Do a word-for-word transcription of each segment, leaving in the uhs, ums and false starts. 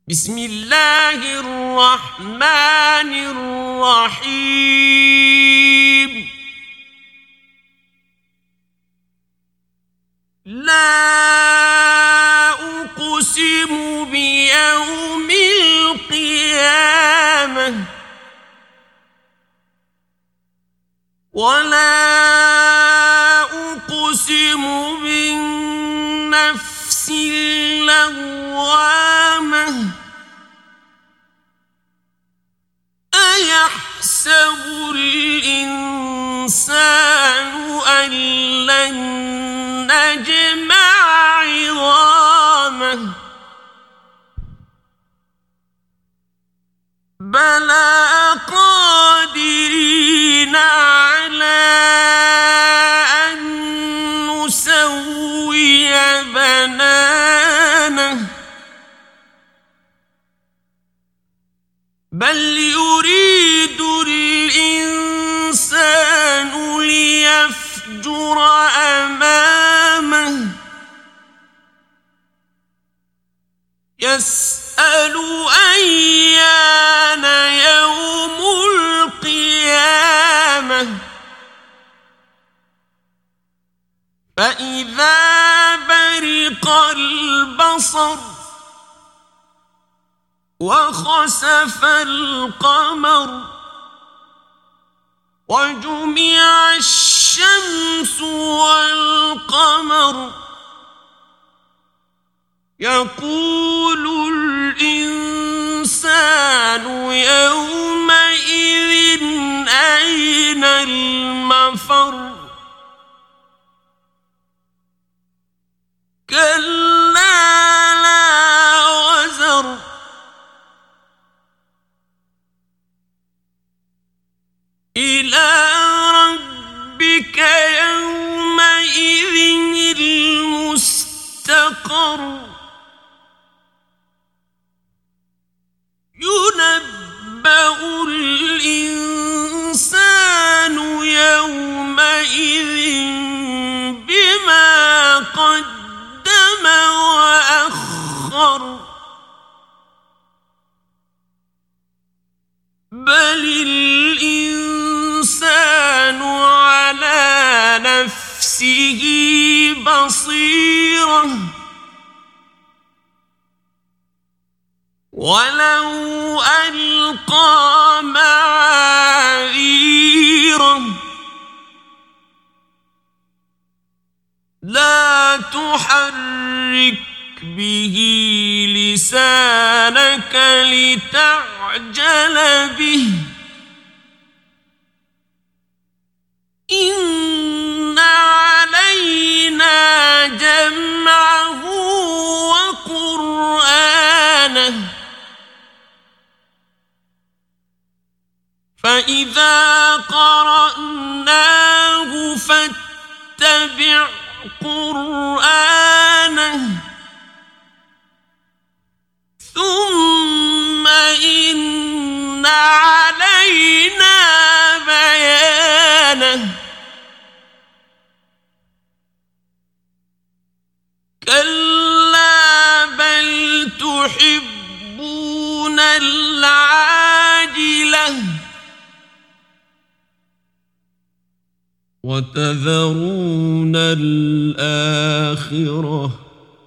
بسم الله الرحمن الرحيم. لا أقسم بيوم القيامة ولا أقسم بالنفس اللوامة أيحسب الإنسان أن لن نجمع عظامه بلى قادرين على أن نسوي بنانه بل يريد الإنسان ليفجر أمامه يسأل أيان يوم القيامة فإذا برق البصر وخسف القمر وجمع الشمس والقمر يقول الإنسان يومئذ أين المفر كلا لا وزر إلى ربك يومئذ المستقر ينبأ الإنسان يومئذ بما قدم وأخر بل الإنسان على نفسه بصيرة ولو ألقى معاذيره لا تحرك به لسانك لتعجل به إن علينا جمعه وقرآنه فإذا قرأناه فاتبع قرآنه ثم إن علينا بيانه كلا بل تحبون العاجلة وتذرون الآخرة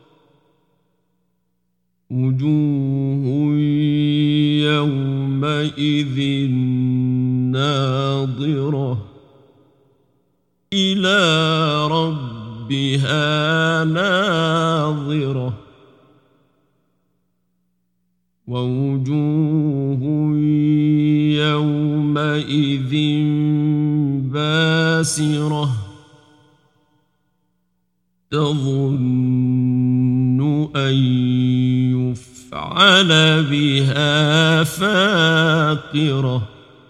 وجوه يومئذ ناظرة إلى ربها ناظرة ووجوه يومئذ باسرة تظن أن يفعل بها فاقرة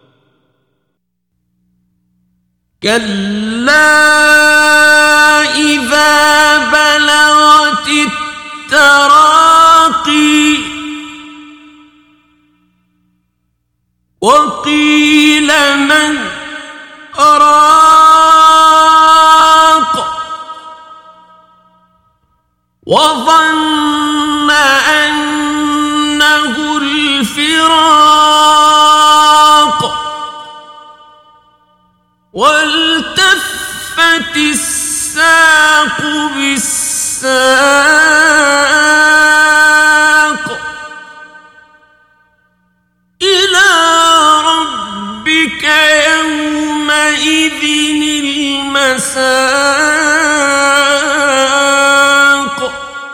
كلا إذا بلغت التراقي وقيل من راق وظن أنه له الفراق والتفت الساق بالساق إلى ربك يومئذ المساق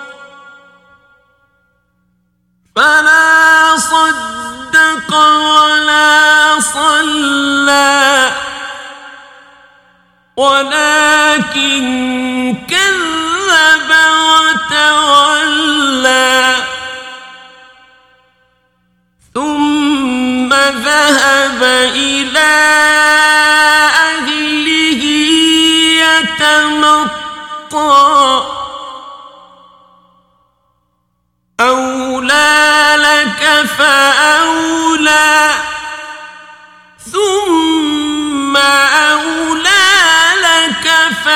فلا صدق ولا صلى ولكن كذب وتولى ثم ذهب إلى أهله يتمطى أولى لك فأولى ثم أولى لك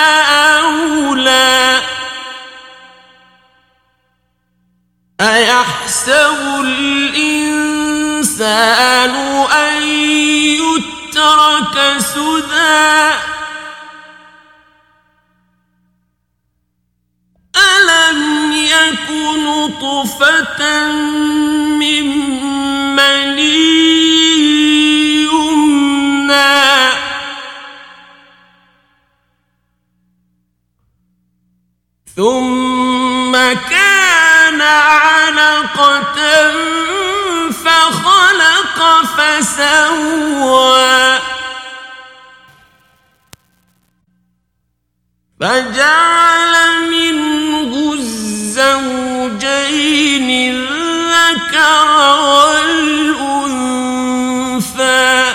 فأولى أيحسب الإنسان أن يترك سدى ألم يك نطفة من مني يمنى ثم كان علقة فخلق فسوى فجعل منه الزوجين الذكر والأنثى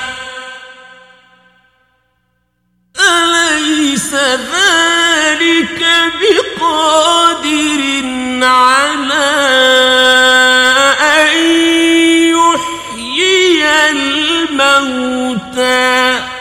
أليس ذلك بقادر على أن يحيي الموتى